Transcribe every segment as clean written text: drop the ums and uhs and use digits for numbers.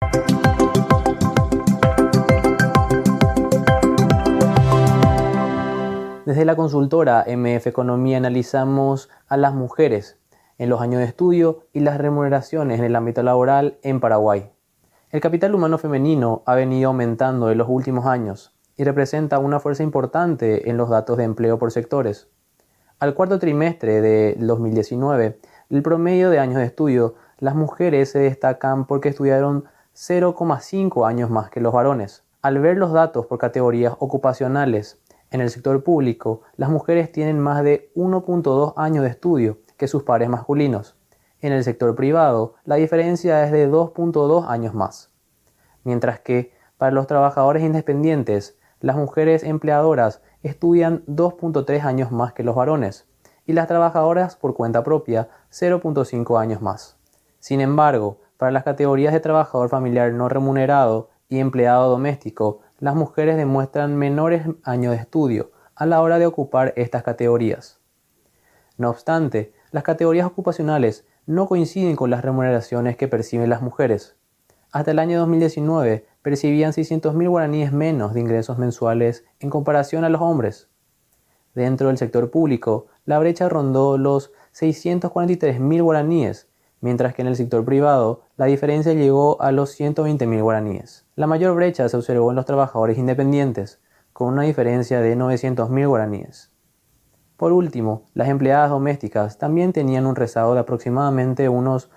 Desde la consultora MF Economía analizamos a las mujeres en los años de estudio y las remuneraciones en el ámbito laboral en Paraguay. El capital humano femenino ha venido aumentando en los últimos años y representa una fuerza importante en los datos de empleo por sectores. Al cuarto trimestre de 2019, el promedio de años de estudio, las mujeres se destacan porque estudiaron 0,5 años más que los varones. Al ver los datos por categorías ocupacionales, en el sector público, las mujeres tienen más de 1,2 años de estudio que sus pares masculinos. En el sector privado, la diferencia es de 2,2 años más. Mientras que, para los trabajadores independientes, las mujeres empleadoras estudian 2,3 años más que los varones y las trabajadoras por cuenta propia 0,5 años más. Sin embargo, para las categorías de trabajador familiar no remunerado y empleado doméstico, las mujeres demuestran menores años de estudio a la hora de ocupar estas categorías. No obstante, las categorías ocupacionales no coinciden con las remuneraciones que perciben las mujeres. Hasta el año 2019 percibían 600.000 guaraníes menos de ingresos mensuales en comparación a los hombres. Dentro del sector público, la brecha rondó los 643.000 guaraníes, mientras que en el sector privado la diferencia llegó a los 120.000 guaraníes. La mayor brecha se observó en los trabajadores independientes, con una diferencia de 900.000 guaraníes. Por último, las empleadas domésticas también tenían un rezago de aproximadamente unos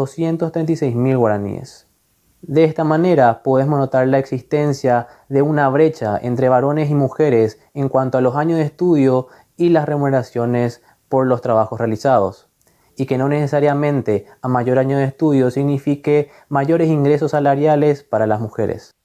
236.000 guaraníes. De esta manera podemos notar la existencia de una brecha entre varones y mujeres en cuanto a los años de estudio y las remuneraciones por los trabajos realizados, y que no necesariamente a mayor año de estudio signifique mayores ingresos salariales para las mujeres.